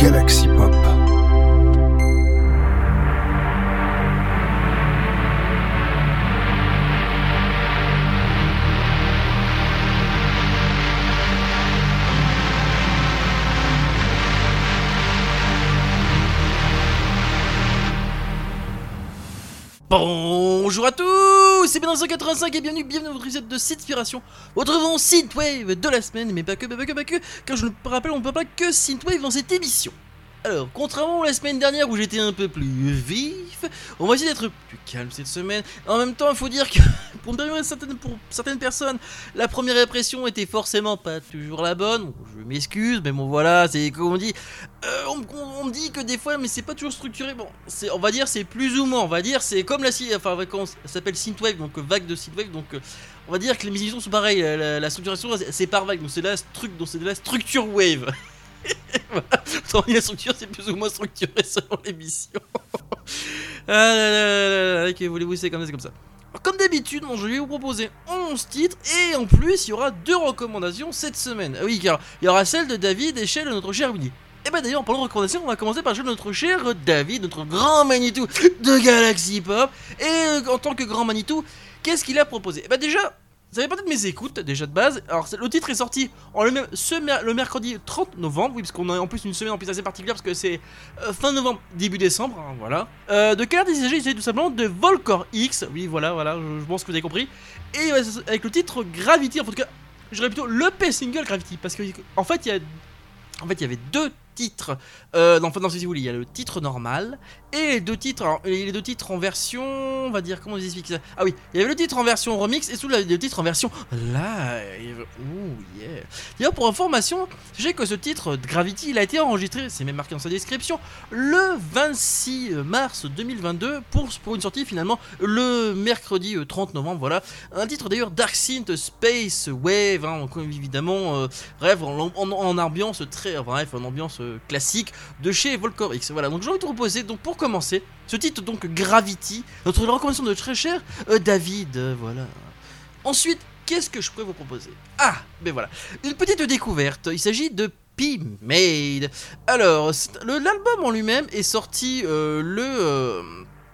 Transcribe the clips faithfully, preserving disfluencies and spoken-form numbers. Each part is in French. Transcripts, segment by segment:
Galaxy Pop. Bonjour à tous, c'est Bénin cent quatre-vingt-cinq et bienvenue, bienvenue dans votre épisode de Synthspiration, votre grand Synthwave de la semaine, mais pas que, pas que, pas que, car je le rappelle, on ne peut pas que Synthwave dans cette émission. Alors, contrairement à la semaine dernière où j'étais un peu plus vif, on va essayer d'être plus calme cette semaine. En même temps, il faut dire que pour, certaines, pour certaines personnes, la première impression était forcément pas toujours la bonne. Bon, je m'excuse, mais bon voilà, c'est comme on dit. Euh, on, on, on me dit que des fois, mais c'est pas toujours structuré. Bon, c'est, on va dire c'est plus ou moins. On va dire c'est comme la, enfin, quand ça s'appelle Synthwave, donc vague de Synthwave, donc. Euh, on va dire que les musiciens sont pareils. La, la, la structuration, c'est par vague, donc c'est la struc, donc c'est de la structure wave. Voilà. Tant la structure, c'est plus ou moins structuré selon l'émission. Ah là là là là, que voulez-vous, c'est comme ça, c'est comme ça. Alors, comme d'habitude, je vais vous proposer onze titres et en plus, il y aura deux recommandations cette semaine. Ah oui, car il y aura celle de David et celle de notre cher Willy. Et bah d'ailleurs, en parlant de recommandations, on va commencer par celle de notre cher David, notre grand Manitou de Galaxy Pop. Et euh, en tant que grand Manitou, qu'est-ce qu'il a proposé? Et bah déjà, vous avez peut-être mes écoutes déjà de base. Alors le titre est sorti en le, même, ce mer- le mercredi trente novembre, oui, parce qu'on a en plus une semaine en plus assez particulière parce que c'est euh, fin novembre, début décembre, hein, voilà. Euh, de quelle artiste il s'agit? Il s'agit tout simplement de Volcor X, oui voilà, voilà, je, je pense que vous avez compris. Et euh, avec le titre Gravity, en tout cas, j'aurais plutôt l'E P single Gravity, parce que en fait il y a, en fait il y avait deux titres euh, dans, dans ce si vous voulez, il y a le titre normal et les deux titres, alors, les deux titres en version, on va dire, comment on explique ça? Ah oui, il y avait le titre en version remix et sous le, le titre en version live. Ouh yeah. D'ailleurs, pour information, sachez que ce titre Gravity, il a été enregistré, c'est même marqué dans sa description, le vingt-six mars deux mille vingt-deux pour, pour une sortie finalement le mercredi trente novembre. Voilà, un titre d'ailleurs Dark Synth Space Wave, hein, évidemment, euh, bref, en, en, en ambiance très, bref, en ambiance euh, classique de chez Volcor X. Voilà, donc j'ai envie de te proposer, donc pour commencer, ce titre donc Gravity, notre recommandation de très cher euh, David, euh, voilà. Ensuite, qu'est-ce que je pourrais vous proposer? Ah, ben voilà, une petite découverte, il s'agit de P-Made. Alors, le, l'album en lui-même est sorti euh, le, euh,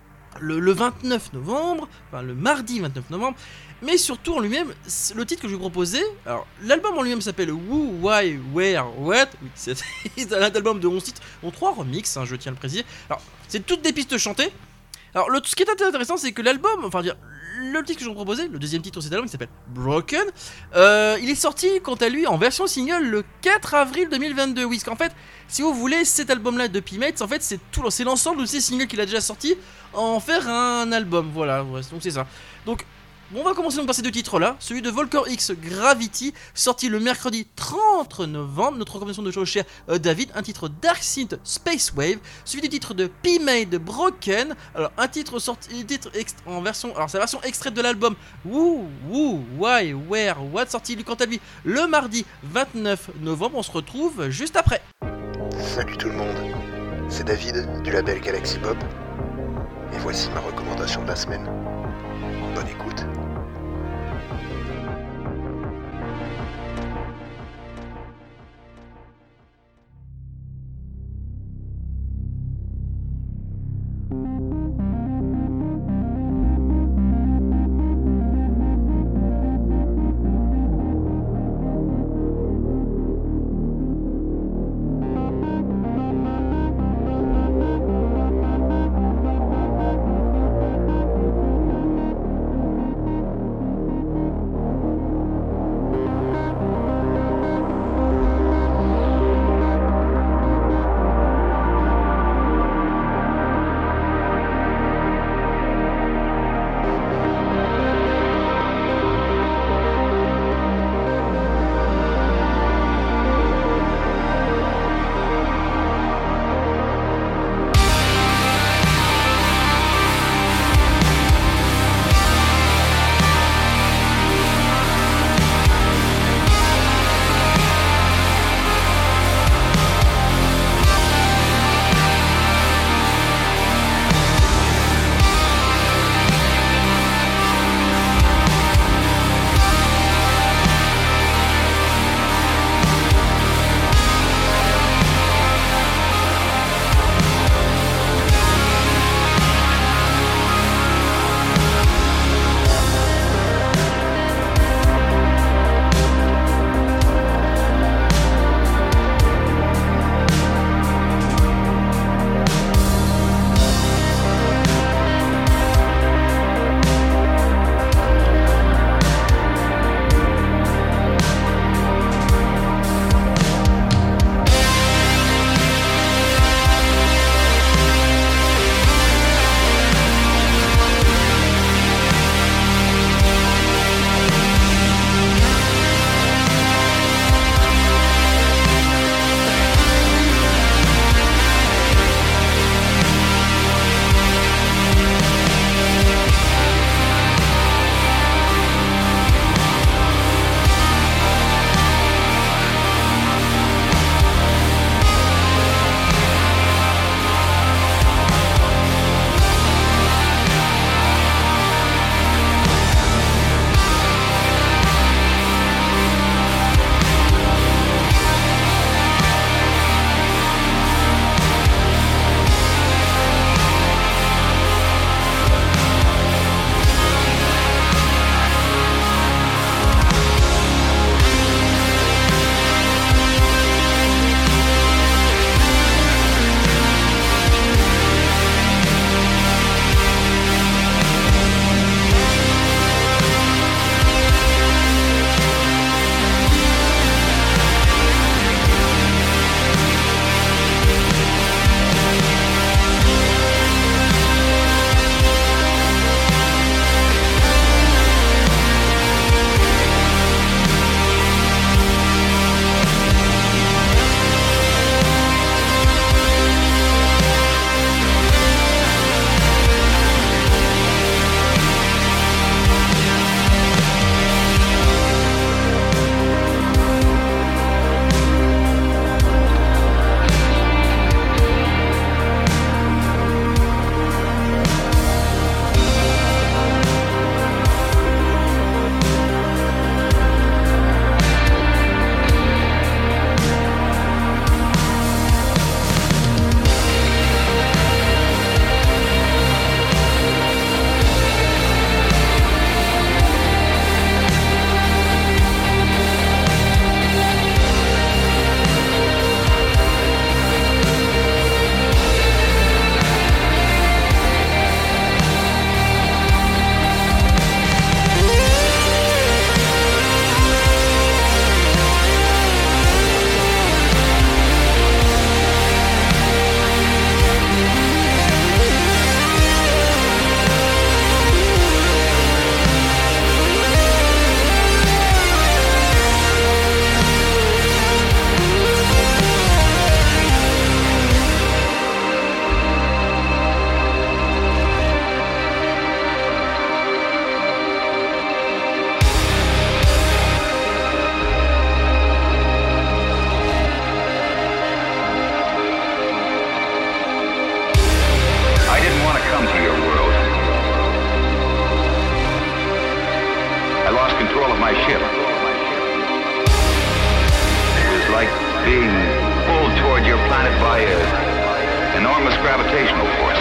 le, le vingt-neuf novembre, enfin le mardi vingt-neuf novembre, mais surtout en lui-même, le titre que je vais vous proposer, alors l'album en lui-même s'appelle Who, Why, Where, What, oui, c'est un album de onze titres, dont trois remixes, hein, je tiens à le préciser. Alors, c'est toutes des pistes chantées. Alors, le, ce qui est intéressant, c'est que l'album, enfin dire, le titre que je vais vous proposer, le deuxième titre de cet album, qui s'appelle Broken, euh, il est sorti, quant à lui, en version single le quatre avril deux mille vingt-deux. Oui, parce qu'en fait, si vous voulez, cet album-là de P-Made, en fait, c'est tout, c'est l'ensemble de ces singles qu'il a déjà sortis en faire un album. Voilà, ouais, donc c'est ça. Donc, bon, on va commencer donc par ces deux titres-là. Celui de Volcor X Gravity, sorti le mercredi trente novembre. Notre recommandation de cher euh, David, un titre Dark Synth Space Wave. Suivi du titre de P-Made Broken. Alors, un titre sorti, titre ext- en version, alors c'est la version extraite de l'album Who, Who, Why, Where, What, sorti lui quant à lui le mardi vingt-neuf novembre. On se retrouve juste après. Salut tout le monde, c'est David du label Galaxy Pop. Et voici ma recommandation de la semaine. Bonne écoute. being pulled toward your planet by an enormous gravitational force.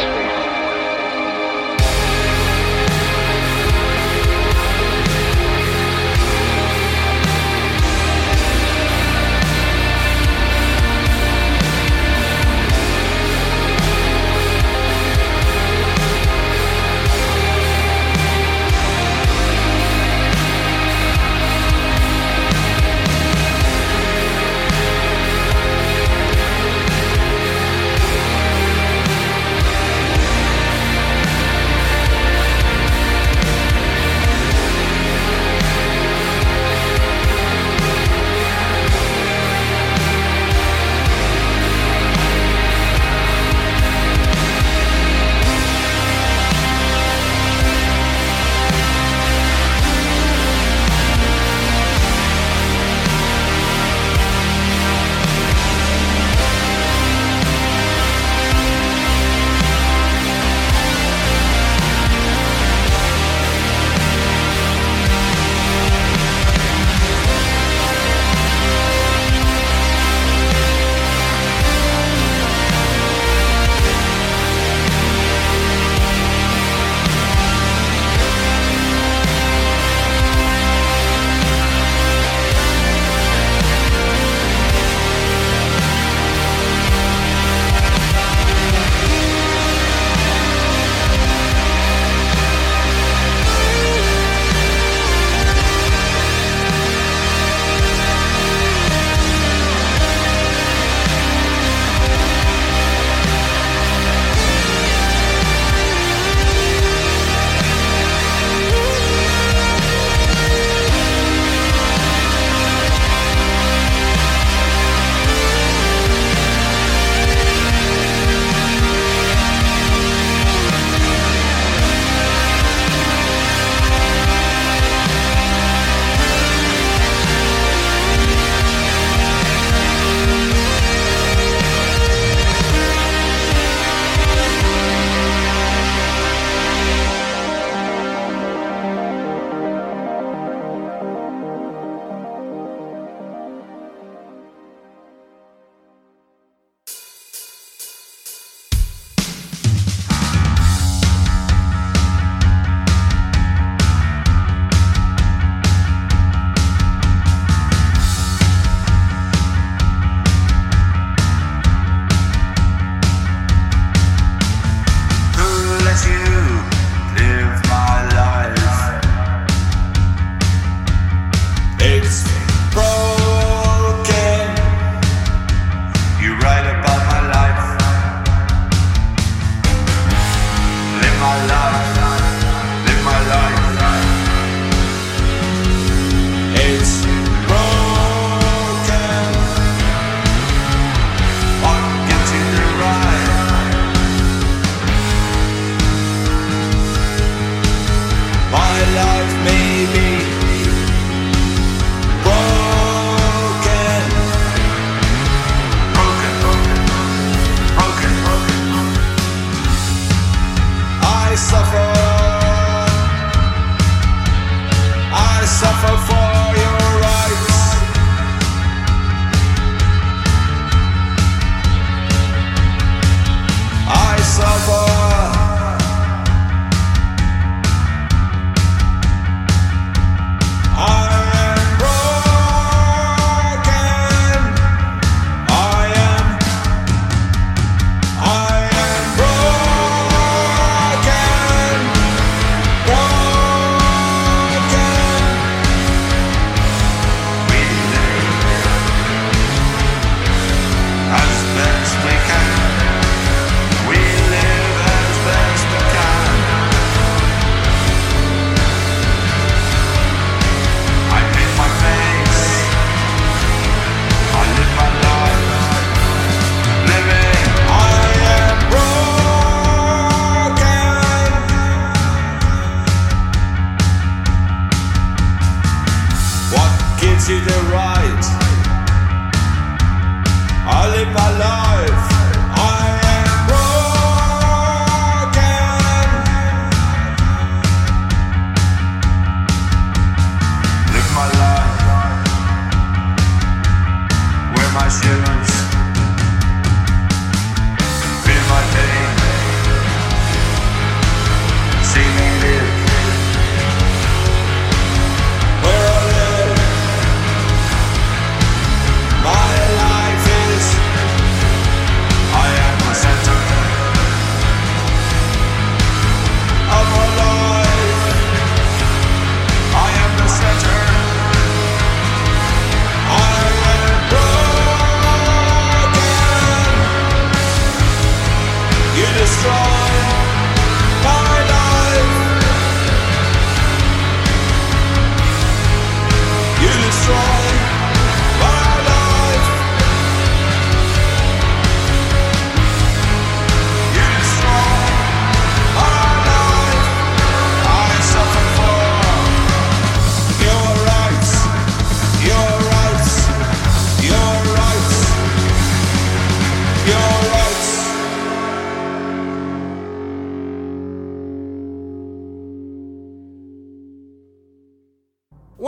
my ship.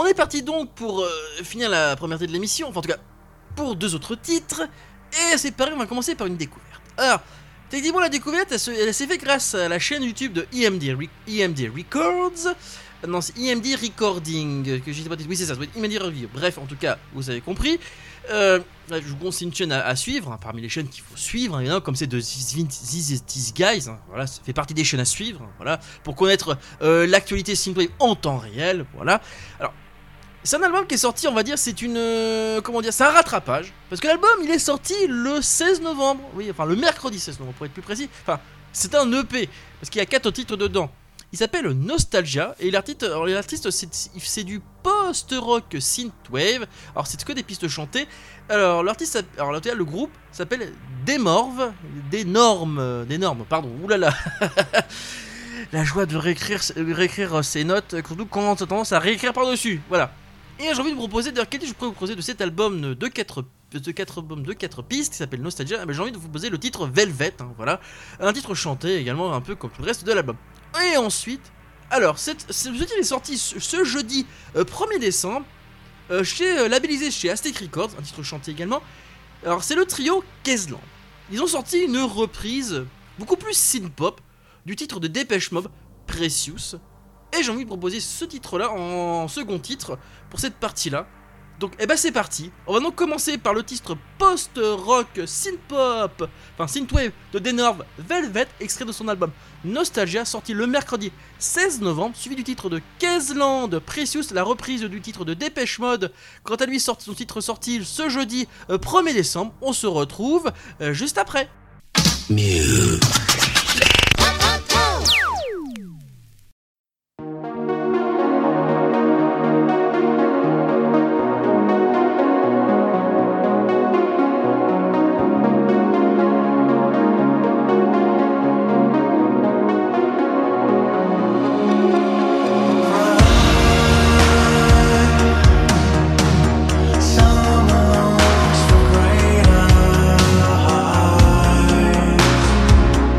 est parti donc pour euh, finir la première partie de l'émission, enfin en tout cas pour deux autres titres, et c'est pareil, on va commencer par une découverte. Alors, techniquement la découverte, elle, se, elle s'est faite grâce à la chaîne YouTube de E M D, Re- E M D Records, non c'est E M D Recording, que j'ai pas dit, oui c'est ça, ça doit être E M D Review, bref en tout cas, vous avez compris. Euh, je vous conseille une chaîne à, à suivre, hein, parmi les chaînes qu'il faut suivre, hein, évidemment, comme c'est de These, These, These Guys, hein, voilà, ça fait partie des chaînes à suivre, hein, voilà, pour connaître euh, l'actualité synthwave en temps réel, voilà. Alors, c'est un album qui est sorti, on va dire, c'est une, euh, comment dire, c'est un rattrapage, parce que l'album, il est sorti le seize novembre, oui, enfin le mercredi seize novembre, pour être plus précis, enfin, c'est un E P, parce qu'il y a quatre titres dedans. Il s'appelle Nostalgia et l'artiste, alors l'artiste c'est, c'est du post-rock synthwave. Alors c'est que des pistes chantées. Alors l'artiste, alors là, le groupe s'appelle Demorve, des normes, des normes, pardon. Oulala, la joie de réécrire, réécrire ses notes, surtout quand on a tendance à réécrire par dessus. Voilà. Et j'ai envie de vous proposer, d'ailleurs, quel titre je pourrais vous proposer de cet album de quatre de quatre albums de quatre pistes qui s'appelle Nostalgia. Mais j'ai envie de vous proposer le titre Velvet, hein, voilà, un titre chanté également un peu comme tout le reste de l'album. Et ensuite, alors, cette, ce titre est sorti ce, ce jeudi euh, premier décembre, euh, chez, euh, labellisé chez Aztec Records, un titre chanté également. Alors, c'est le trio Kezland. Ils ont sorti une reprise beaucoup plus synth-pop du titre de Depeche Mode, Precious. Et j'ai envie de proposer ce titre-là en second titre pour cette partie-là. Donc, eh ben c'est parti. On va donc commencer par le titre post-rock synth-pop, enfin synthwave de Demorve, Velvet, extrait de son album Nostalgia, sorti le mercredi seize novembre, suivi du titre de Kezland, Precious, la reprise du titre de Depeche Mode. Quant à lui, sorti, son titre sorti ce jeudi euh, premier décembre. On se retrouve euh, juste après. Mieux. Greater heights.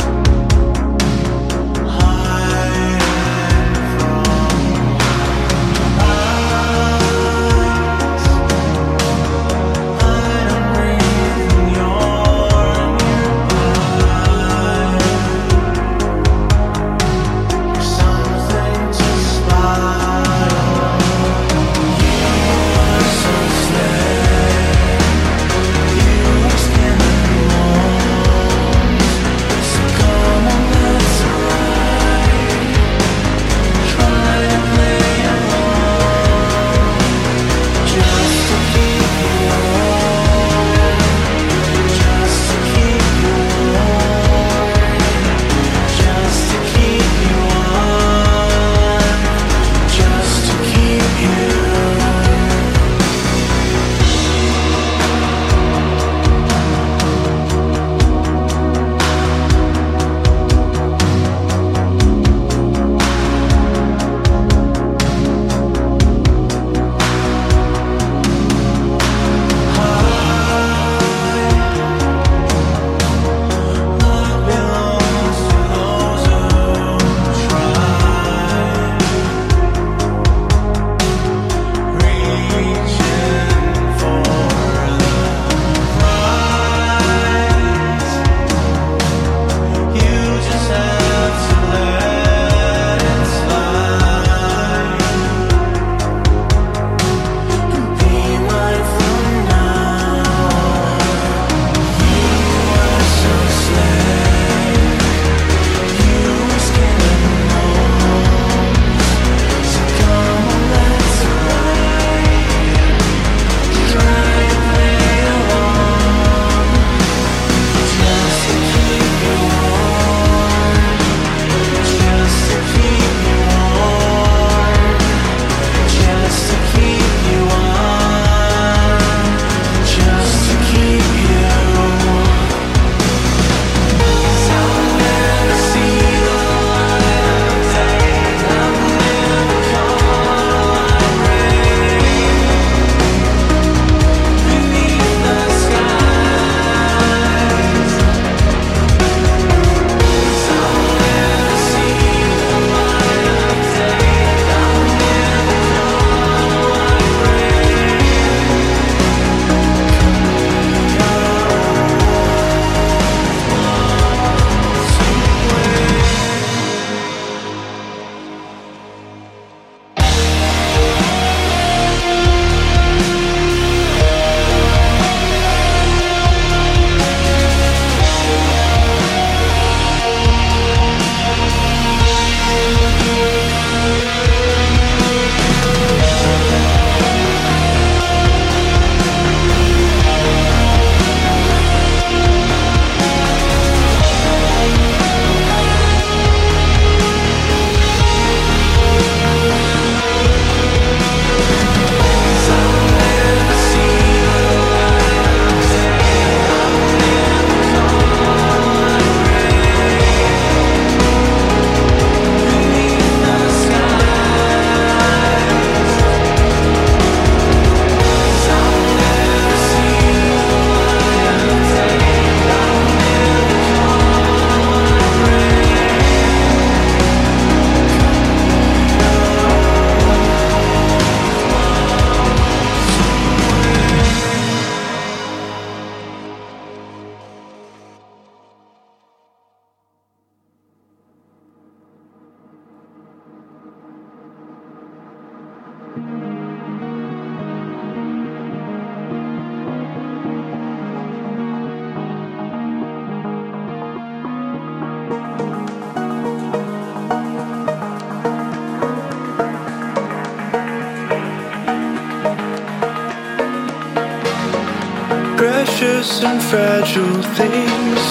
precious and fragile things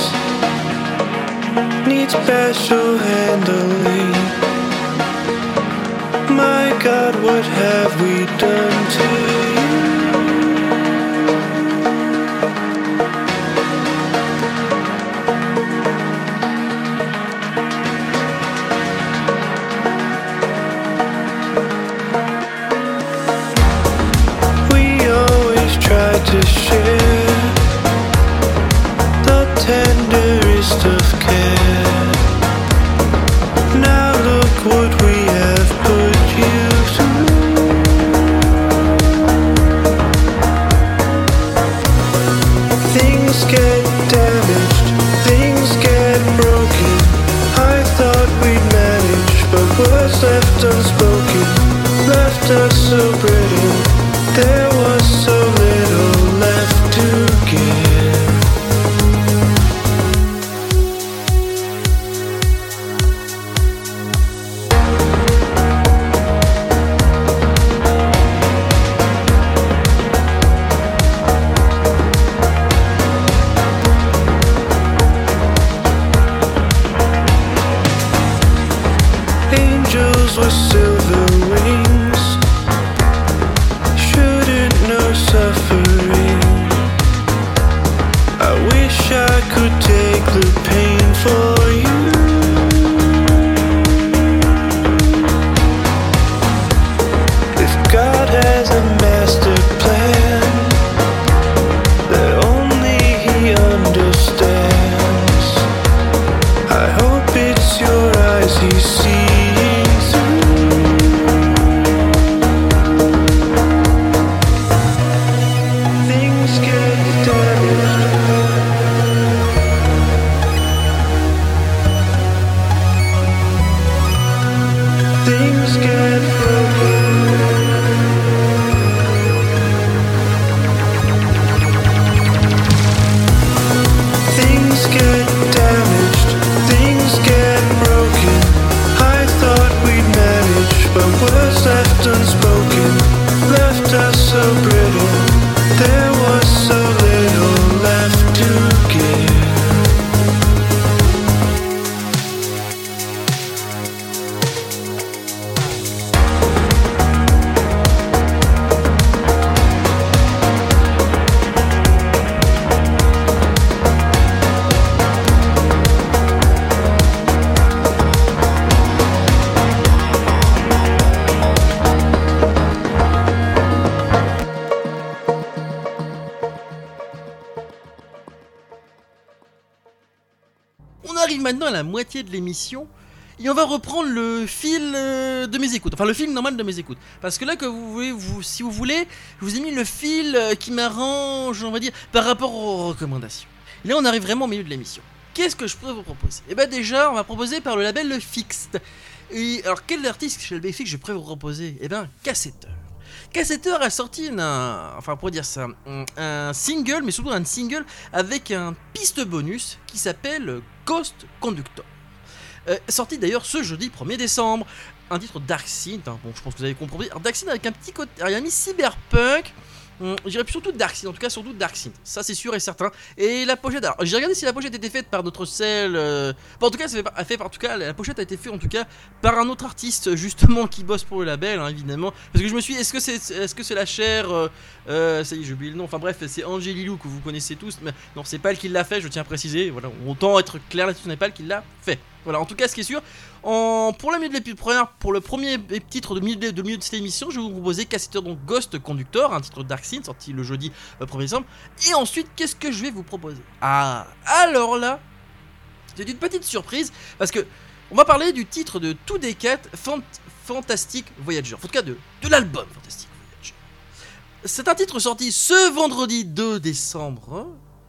need special handling. My God, what have we done to you? We always try to share the tenderest of care. Now look what we have put you through. Things get damaged, things get broken. I thought we'd manage, but words left unspoken left us so brittle. There was so little left to give. Angels with silver wings shouldn't know suffering. I wish I could take the pain for you. If God has a master plan that only He understands, I hope it's your eyes He sees. Things get broken. Things get damaged. Things get broken. I thought we'd manage, but words left unspoken left us so brittle. There was so little left to give. On arrive maintenant à la moitié de l'émission et on va reprendre le fil euh, de mes écoutes, enfin le fil normal de mes écoutes. Parce que là, que vous voulez, vous, si vous voulez, je vous ai mis le fil euh, qui m'arrange, on va dire, par rapport aux recommandations. Et là, on arrive vraiment au milieu de l'émission. Qu'est-ce que je pourrais vous proposer? Et bah déjà, on va proposer par le label Le Fixed. Et alors, quel artiste chez le Fixed je pourrais vous proposer? Et ben, Cassetteur. Cassetteur a sorti une, un, enfin pour dire ça, un, un single, mais surtout un single avec un piste bonus qui s'appelle Ghost Conductor. Euh, sorti d'ailleurs ce jeudi premier décembre. Un titre Dark Synth, hein, bon je pense que vous avez compris. Alors Dark Synth avec un petit côté, alors, il a mis cyberpunk. Hum, je dirais surtout Dark Synth, en tout cas surtout Dark Synth, ça c'est sûr et certain. Et la pochette, alors j'ai regardé si la pochette était faite par notre cell. Euh... Bon, en tout cas, ça fait, a fait, en tout cas, la pochette a été faite en tout cas par un autre artiste justement qui bosse pour le label, hein, évidemment. Parce que je me suis, dit, est-ce que c'est, est-ce que c'est la chère, euh, euh, ça y est, j'ai oublié le nom. Enfin bref, c'est Angelilou que vous connaissez tous, mais non, c'est pas elle qui l'a fait, je tiens à préciser. Voilà, autant être clair là-dessus, ce n'est pas elle qui l'a fait. Voilà, en tout cas, ce qui est sûr, en, pour, la de pour le premier titre de milieu de, de milieu de cette émission, je vais vous proposer Cassetteur, donc Ghost Conductor, un titre Dark Synth sorti le jeudi euh, premier décembre. Et ensuite, qu'est-ce que je vais vous proposer? Ah, alors là, c'est une petite surprise, parce que on va parler du titre de deux D quatre Fant- Fantastic Voyager, en tout cas de, de l'album Fantastic Voyager. C'est un titre sorti ce vendredi deux décembre,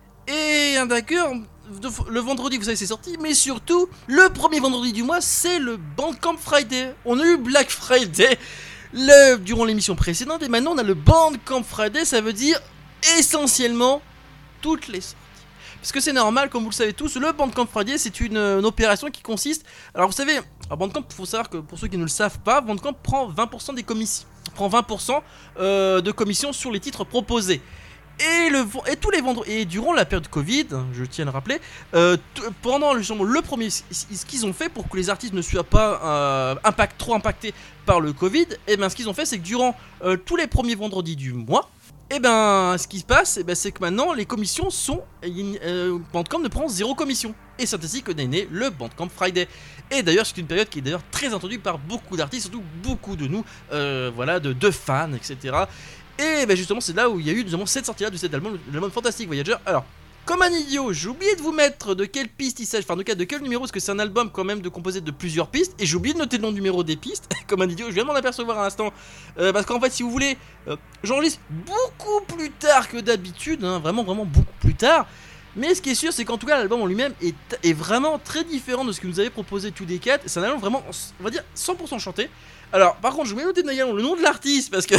et un d'accord. Le vendredi, vous savez, c'est sorti, mais surtout, le premier vendredi du mois, c'est le Bandcamp Friday. On a eu Black Friday le, durant l'émission précédente, et maintenant on a le Bandcamp Friday, ça veut dire essentiellement toutes les sorties. Parce que c'est normal, comme vous le savez tous, le Bandcamp Friday, c'est une, une opération qui consiste... Alors vous savez, alors Bandcamp, il faut savoir que pour ceux qui ne le savent pas, Bandcamp prend vingt pour cent des commissions. Prend vingt pour cent euh, de commissions sur les titres proposés. Et, le, et tous les vendredis, et durant la période Covid, je tiens à le rappeler, euh, t- pendant justement le premier, ce qu'ils ont fait pour que les artistes ne soient pas euh, impact, trop impactés par le Covid, et ben ce qu'ils ont fait, c'est que durant euh, tous les premiers vendredis du mois, et ben ce qui se passe, et ben, c'est que maintenant les commissions sont, euh, Bandcamp ne prend zéro commission. Et c'est ainsi que est né le Bandcamp Friday. Et d'ailleurs, c'est une période qui est d'ailleurs très attendue par beaucoup d'artistes, surtout beaucoup de nous, euh, voilà, de, de fans, et cetera. Et ben justement, c'est là où il y a eu justement cette sortie-là de cet album, l'album Fantastic Voyager. Alors, comme un idiot, j'ai oublié de vous mettre de quelle piste il s'agit, enfin, de quel numéro, parce que c'est un album quand même de composé de plusieurs pistes, et j'ai oublié de noter le nom du numéro des pistes, comme un idiot, je viens de m'en apercevoir à l'instant, euh, parce qu'en fait, si vous voulez, euh, j'enregistre beaucoup plus tard que d'habitude, hein, vraiment, vraiment beaucoup plus tard. Mais ce qui est sûr, c'est qu'en tout cas, l'album en lui-même est, est vraiment très différent de ce que nous avait proposé tous les quatre. C'est un album vraiment, on va dire, cent pour cent chanté. Alors, par contre, je vais noter Nayalon le nom de l'artiste, parce que,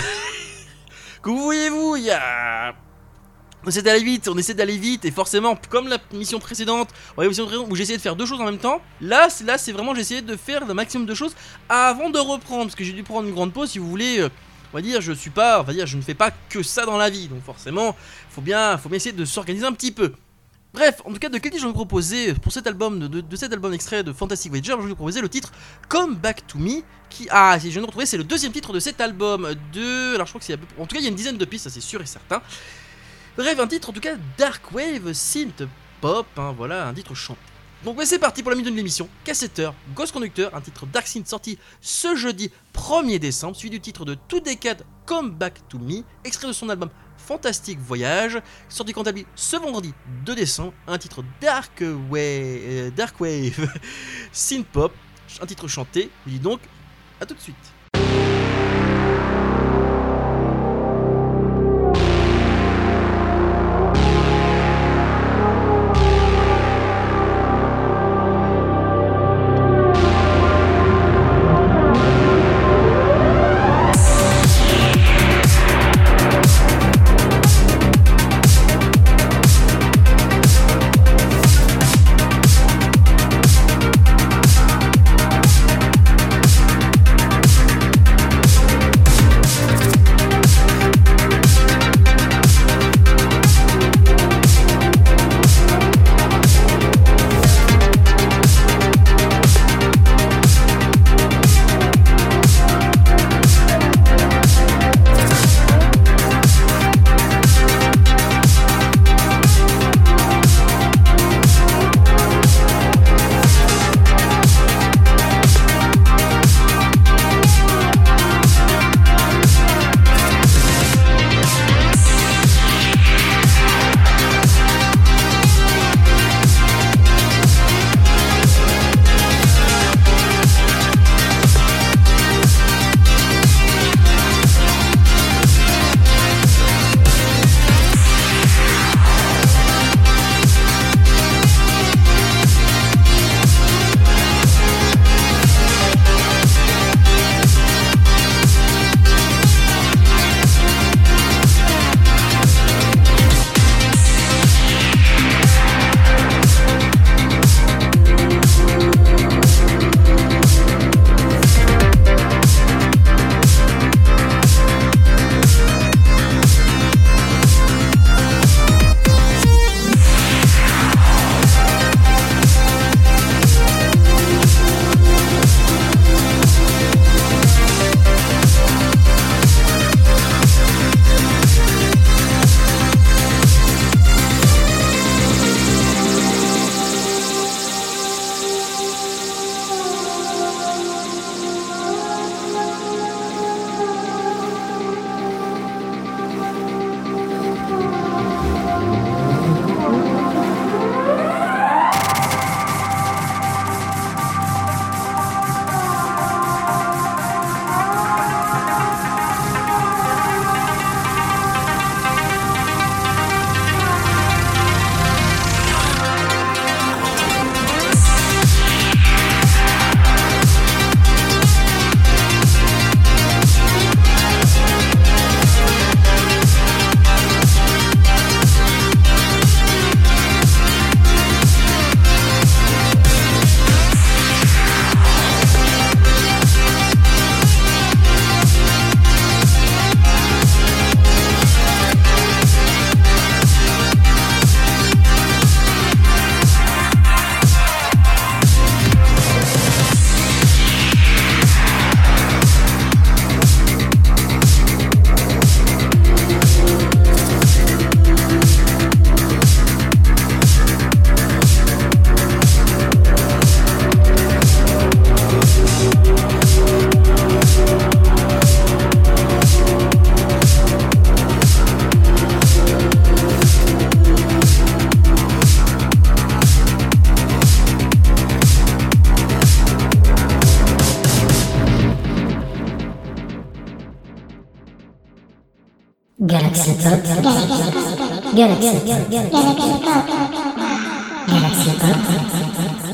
que vous voyez-vous, il y a... On essaie d'aller vite, on essaie d'aller vite, et forcément, comme la mission précédente, où j'ai essayé de faire deux choses en même temps, là, c'est, là, c'est vraiment, j'ai essayé de faire le maximum de choses avant de reprendre, parce que j'ai dû prendre une grande pause, si vous voulez, euh, on va dire, je suis pas, on va dire, je ne fais pas que ça dans la vie, donc forcément, faut bien, faut bien essayer de s'organiser un petit peu. Bref, en tout cas, de quel titre je vais vous proposer pour cet album, de, de, de cet album extrait de Fantastic Voyager, je vais vous proposer le titre Come Back to Me, qui, ah, si je viens de retrouver, c'est le deuxième titre de cet album, de, alors je crois que c'est, en tout cas, il y a une dizaine de pistes, ça c'est sûr et certain. Bref, un titre en tout cas Dark Wave Synth Pop, hein, voilà, un titre chanté. Donc ouais, c'est parti pour la minute de l'émission. Cassetteur, Ghost Conductor, un titre Dark Synth sorti ce jeudi premier décembre, suivi du titre de Two Decade Come Back to Me, extrait de son album Fantastic Voyage, sorti quant à lui ce vendredi deux décembre, un titre Dark Wave, euh, Dark Wave Synth Pop, un titre chanté. Je vous dis donc à tout de suite. We'll be right back. Galaxy Pop. Galaxy Pop. Galaxy Pop. Galaxy Pop.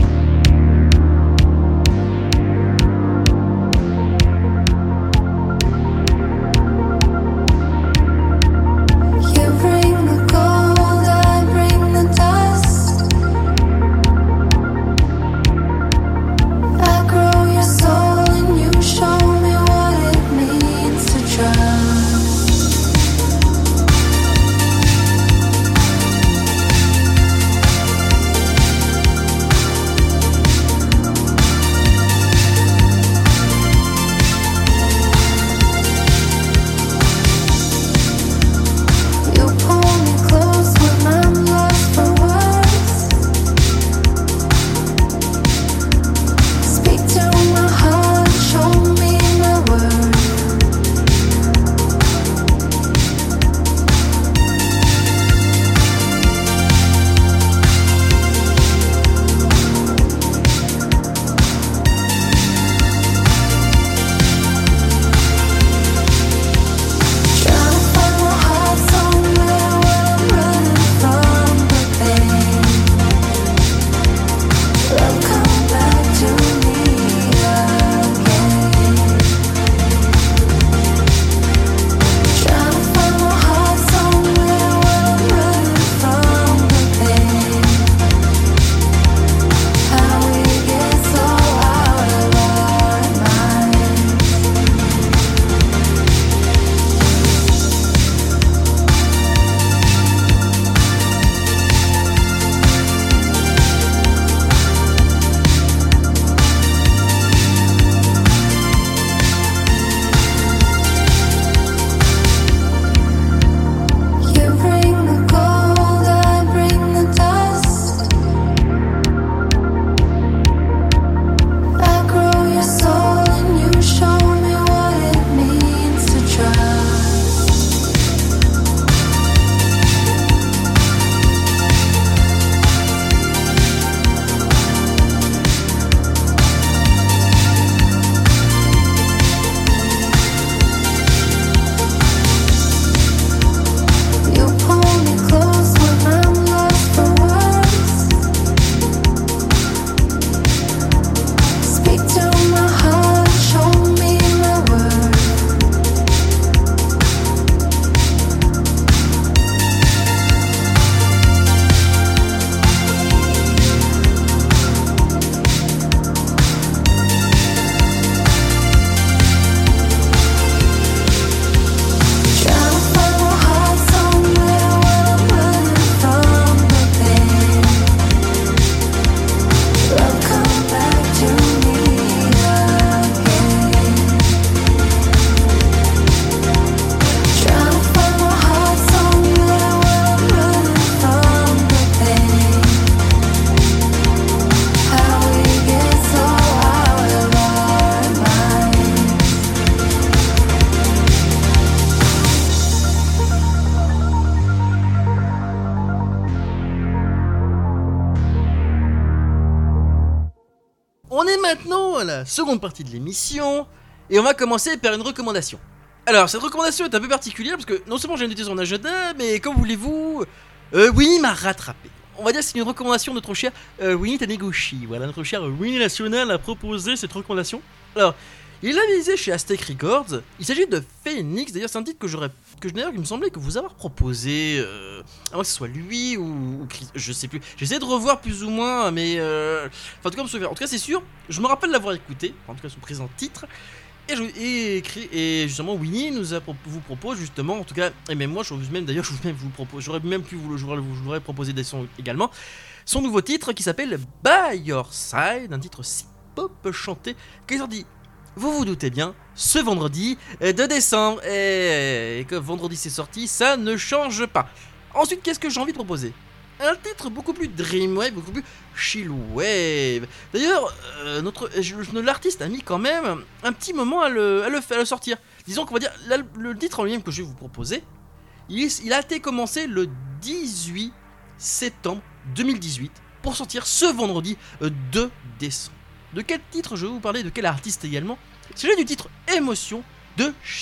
On est maintenant à la seconde partie de l'émission, et on va commencer par une recommandation. Alors, cette recommandation est un peu particulière, parce que non seulement j'ai noté son agenda, mais comme voulez-vous, euh, Winnie m'a rattrapé. On va dire que c'est une recommandation de notre cher euh, Winnie Taniguchi. Voilà, notre cher Winnie National a proposé cette recommandation. Alors, il l'a visé chez Aztec Records. Il s'agit de Phoenix. D'ailleurs, c'est un titre que j'aurais, que d'ailleurs, il me semblait que vous avoir proposé, euh, à moins que ce soit lui ou, ou Chris, je sais plus. J'essaie de revoir plus ou moins, mais euh, enfin, en tout cas, me souvenir. En tout cas, c'est sûr. Je me rappelle l'avoir écouté. En tout cas, son présent titre. Et, je, et, écrit, et justement, Winnie nous a, vous propose justement, en tout cas, et même moi, je vous même d'ailleurs, je vous même vous propose, j'aurais même pu vous, je vous proposer des sons également. Son nouveau titre qui s'appelle By Your Side, un titre si pop chanté qu'ils ont dit. Vous vous doutez bien, ce vendredi de décembre, et, et que vendredi c'est sorti, ça ne change pas. Ensuite, qu'est-ce que j'ai envie de proposer ? Un titre beaucoup plus dreamwave, beaucoup plus chillwave. D'ailleurs, euh, notre, je, l'artiste a mis quand même un petit moment à le, à le, à le sortir. Disons qu'on va dire, là, le titre en lui-même que je vais vous proposer, il, il a été commencé le dix-huit septembre deux mille dix-huit pour sortir ce vendredi deux décembre. De quel titre je vais vous parler, de quel artiste également ? C'est du titre Émotion de Shiketa.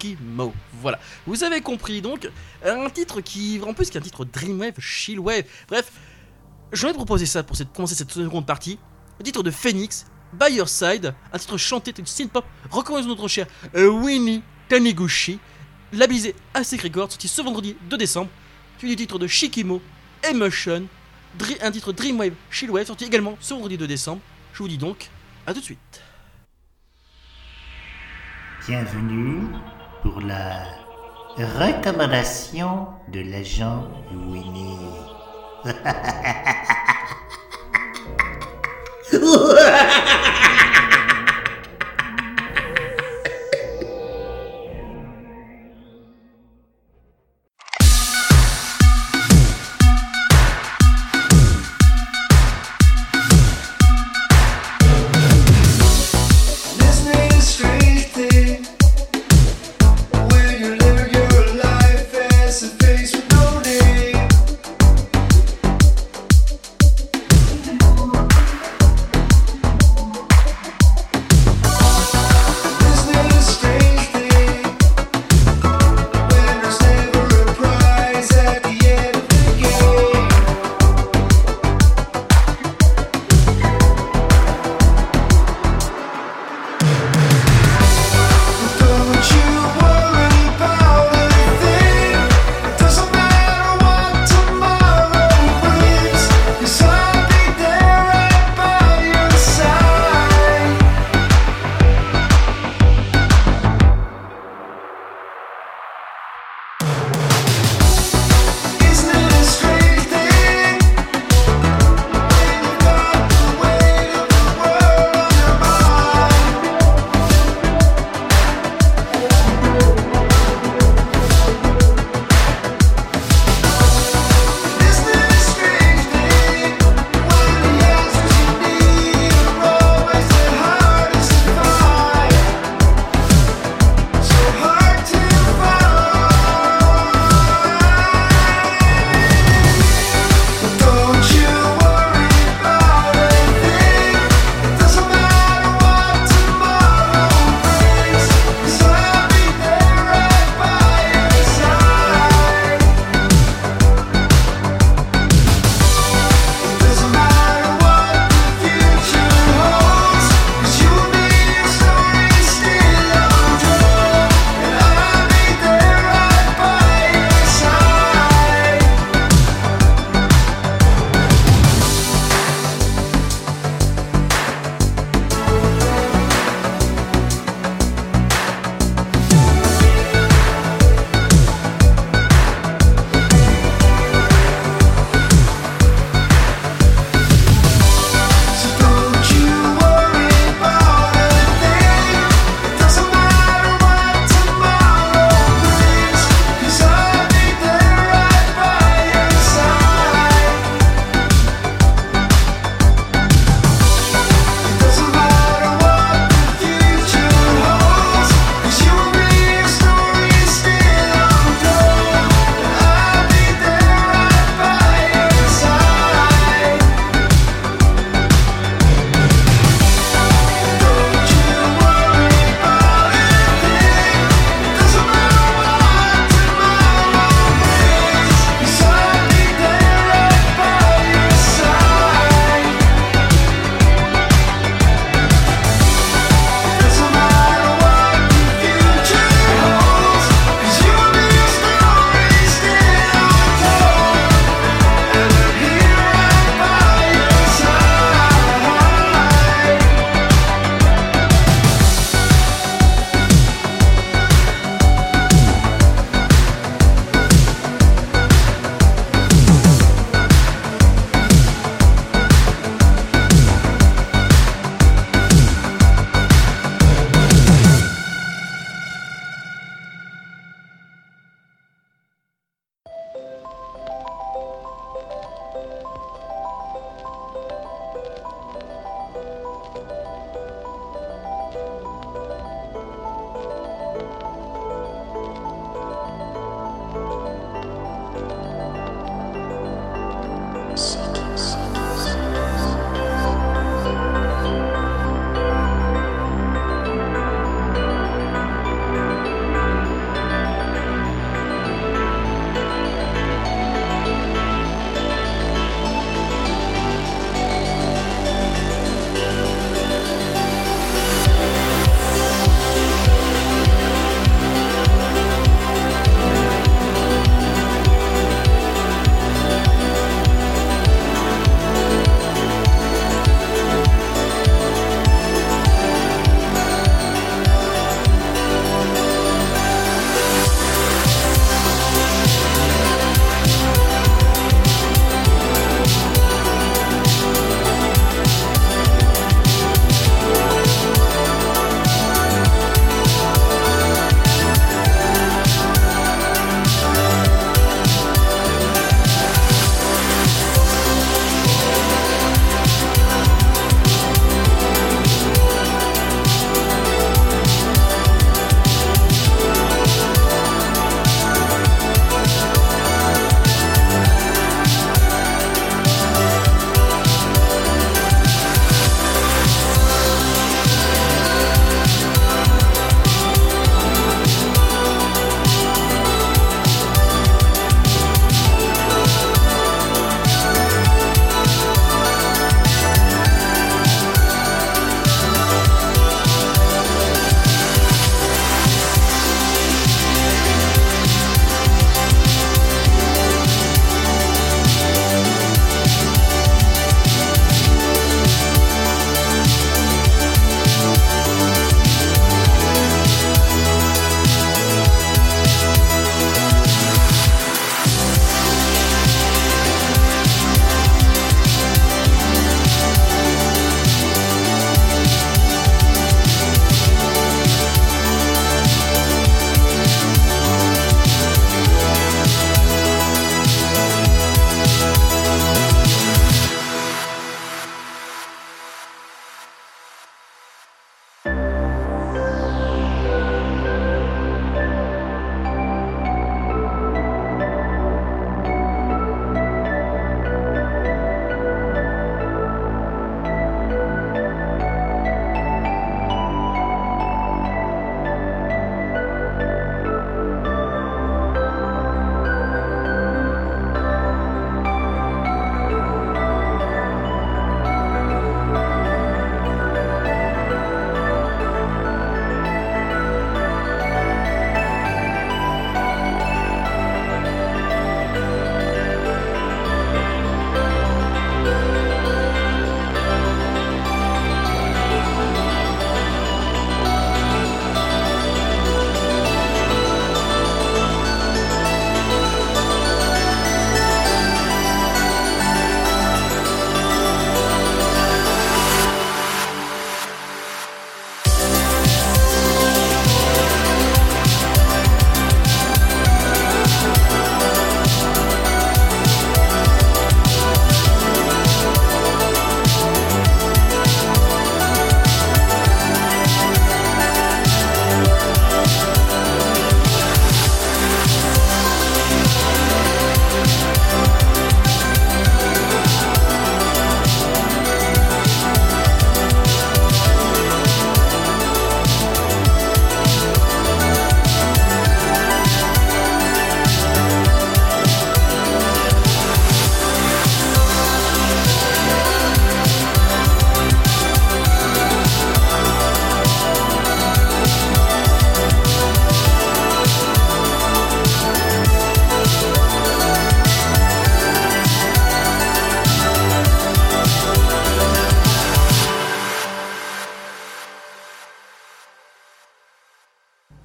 Shikimo. Voilà, vous avez compris donc, un titre qui, en plus, qui est un titre Dreamwave, Chillwave, bref, je vais proposer ça pour cette, commencer cette seconde partie, le titre de Phoenix, By Your Side, un titre chanté de synth-pop, recommandé notre cher euh, Winnie Taniguchi, labellisé A S I C Records, sorti ce vendredi deux décembre, suivi du titre de Shikimo, Emotion, Dr- un titre Dreamwave, Chillwave, sorti également ce vendredi deux décembre. Je vous dis donc, à tout de suite. Bienvenue pour la recommandation de l'agent Winnie. Face with no name.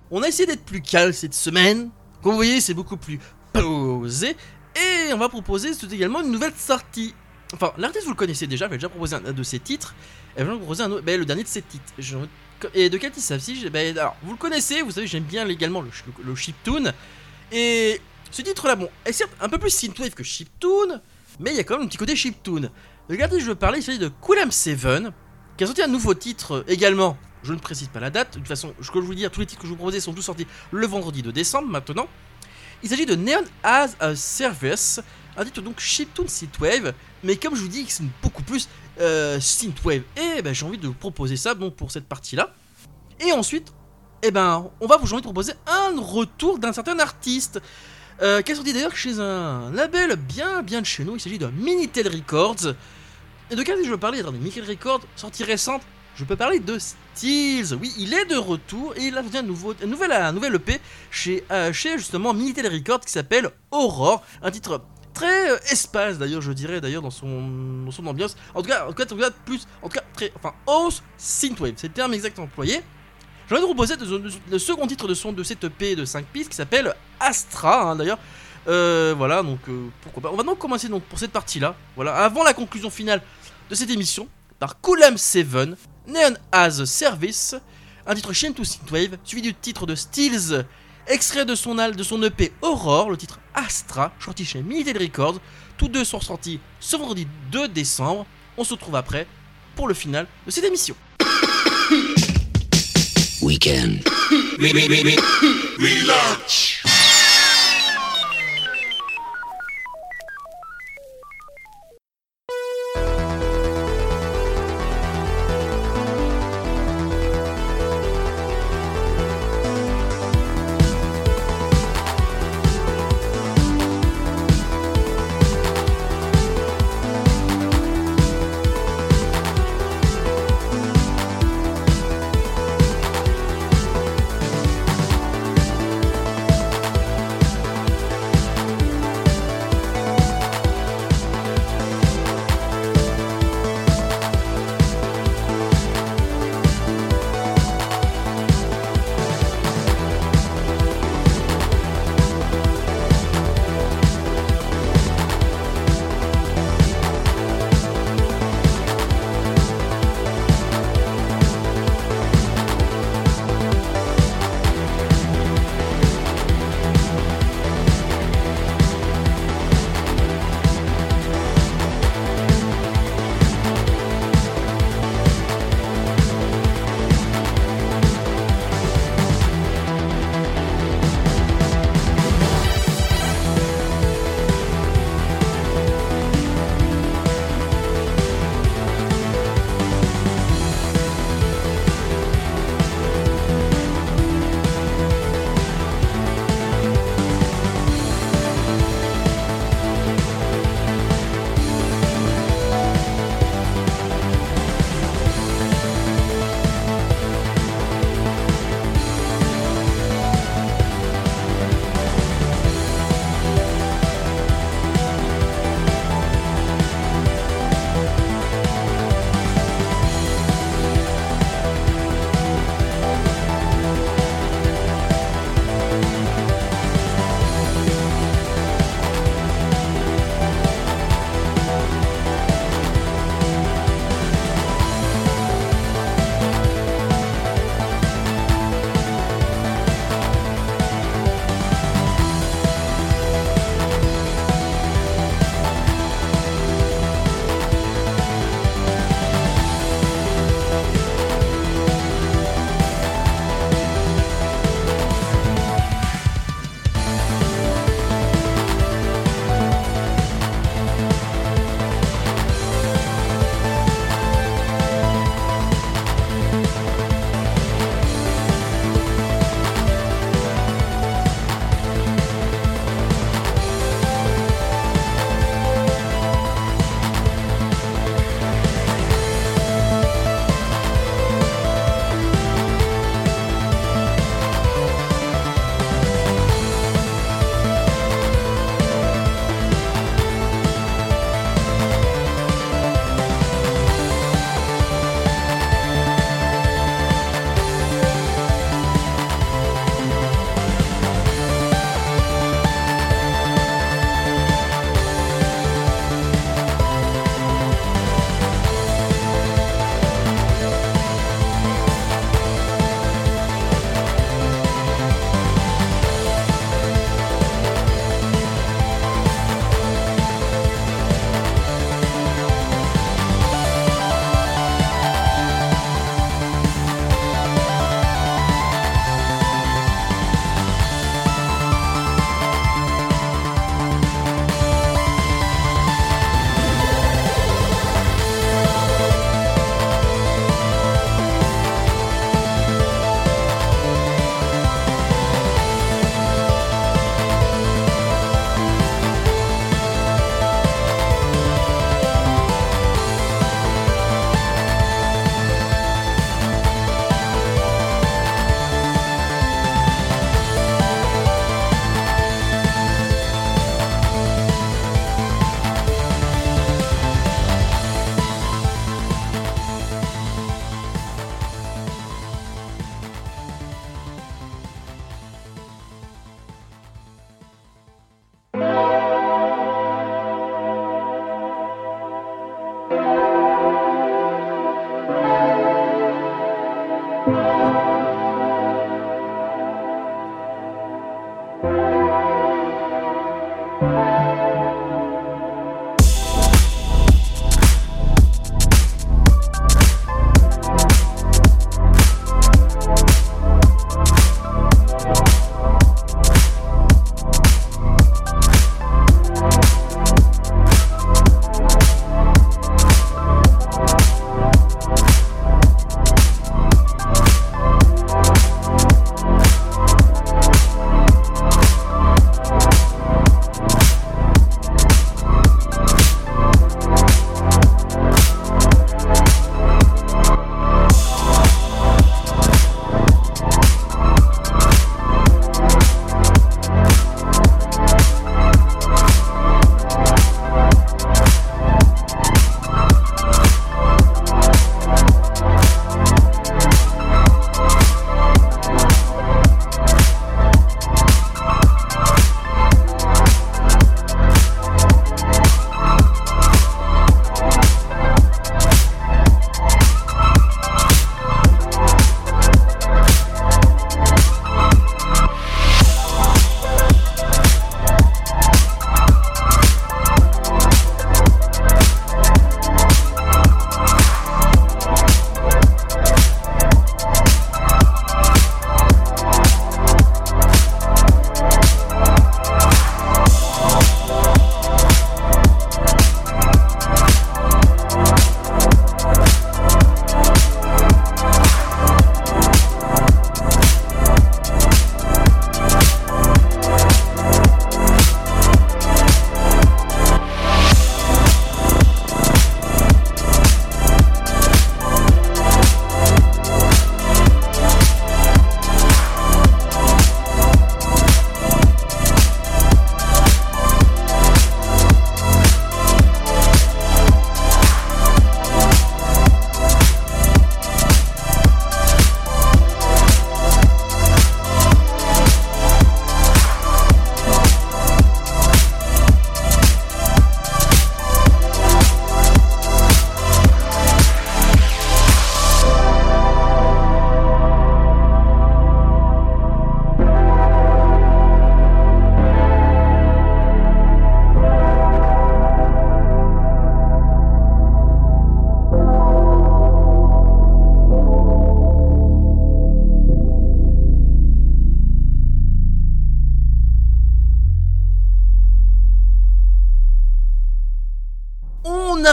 On a essayé d'être plus calme cette semaine. Comme vous voyez, c'est beaucoup plus posé. Et on va proposer c'est également une nouvelle sortie. Enfin, l'artiste vous le connaissez déjà, j'avais déjà proposé un, un de ses titres. Et je vais vous proposer un autre, ben, le dernier de ses titres. Je, et de quel titre ça s'agit ben, alors, vous le connaissez, vous savez, j'aime bien également le, le, le chiptune. Et ce titre-là, bon, est certes un peu plus synthwave que chiptune, mais il y a quand même un petit côté chiptune. Regardez, je veux parler, il s'agit de Cool M sept, qui a sorti un nouveau titre également. Je ne précise pas la date, de toute façon, ce que je vous dire, tous les titres que je vous proposais sont tous sortis le vendredi de décembre maintenant. Il s'agit de Neon as a Service, un titre donc chiptune synthwave, mais comme je vous dis, c'est beaucoup plus euh, synthwave. Et ben, j'ai envie de vous proposer ça bon, pour cette partie-là. Et ensuite, eh ben, on va vous j'ai envie de proposer un retour d'un certain artiste, euh, qui est sorti d'ailleurs chez un label bien bien de chez nous. Il s'agit de Minitel Records. Et de quel je veux parler? Attendez, Minitel Records, sortie récente. Je peux parler de Steels. Oui, il est de retour et il a un, nouveau, un, nouvel, un nouvel E P chez, euh, chez justement Minitel Records qui s'appelle Aurore. Un titre très euh, espace d'ailleurs, je dirais d'ailleurs dans son, dans son ambiance. En tout cas, en tout cas, en tout cas plus, en tout cas très, enfin, house synthwave, c'est le terme exact employé. Je vais vous proposer le second titre de son de cette E P de cinq pistes qui s'appelle Astra, hein, d'ailleurs. Euh, voilà, donc euh, pourquoi pas. On va donc commencer donc pour cette partie-là. Voilà, avant la conclusion finale de cette émission par Cool M sept, Neon as a Service, un titre chiptune synthwave, suivi du titre de Steels, extrait de son, al de son E P Aurore, le titre Astra, sorti chez Minitel Records. Tous deux sont sortis ce vendredi deux décembre. On se retrouve après pour le final de cette émission. Weekend. Relaunch.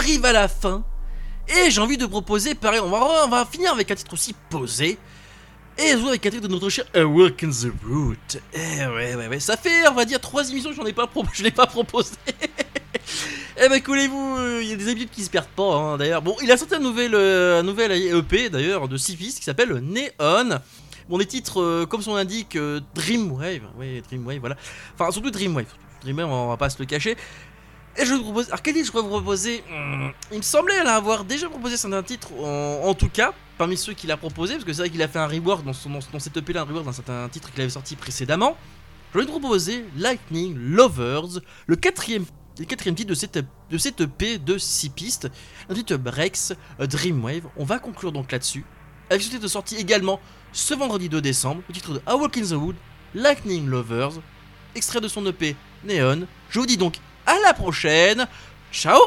arrive à la fin. Et j'ai envie de proposer, pareil, on va, on va finir avec un titre aussi posé. Et jouer avec un titre de notre cher A Walk in the Root. Eh ouais, ouais, ouais, ça fait, on va dire, trois émissions que j'en ai pas, pro- je l'ai pas proposé. Eh ben, coulez-vous, il y a des habitudes qui se perdent pas, hein, d'ailleurs. Bon, il a sorti un nouvel, euh, un nouvel E P, d'ailleurs, de six pistes qui s'appelle Neon. Bon, des titres, euh, comme son nom l'indique, euh, Dreamwave. Ouais, Dreamwave, voilà. Enfin, surtout Dreamwave. Dreamwave, on va pas se le cacher. Et je vous propose. Alors, quel titre je pourrais vous proposer? Hum, Il me semblait l'avoir déjà proposé certains titres, en, en tout cas, parmi ceux qu'il a proposé, parce que c'est vrai qu'il a fait un rework dans, son, dans, dans cette E P là, un rework d'un certain titre qu'il avait sorti précédemment. Je vais vous proposer Lightning Lovers, le quatrième, le quatrième titre de cette, de cette E P de six pistes, un titre Breaks, euh, Dreamwave. On va conclure donc là-dessus, avec ce titre sorti également ce vendredi deux décembre, le titre de A Walk in the Wood, Lightning Lovers, extrait de son E P Neon. Je vous dis donc à la prochaine, ciao.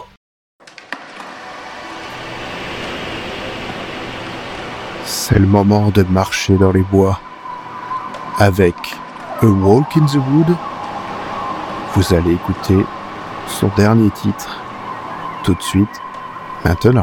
C'est le moment de marcher dans les bois. Avec A Walk in the Wood, vous allez écouter son dernier titre, tout de suite, maintenant.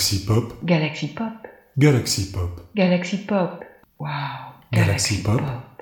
Galaxy Pop, Galaxy Pop, Galaxy Pop, Galaxy Pop. Wow. Galaxy Pop. Pop.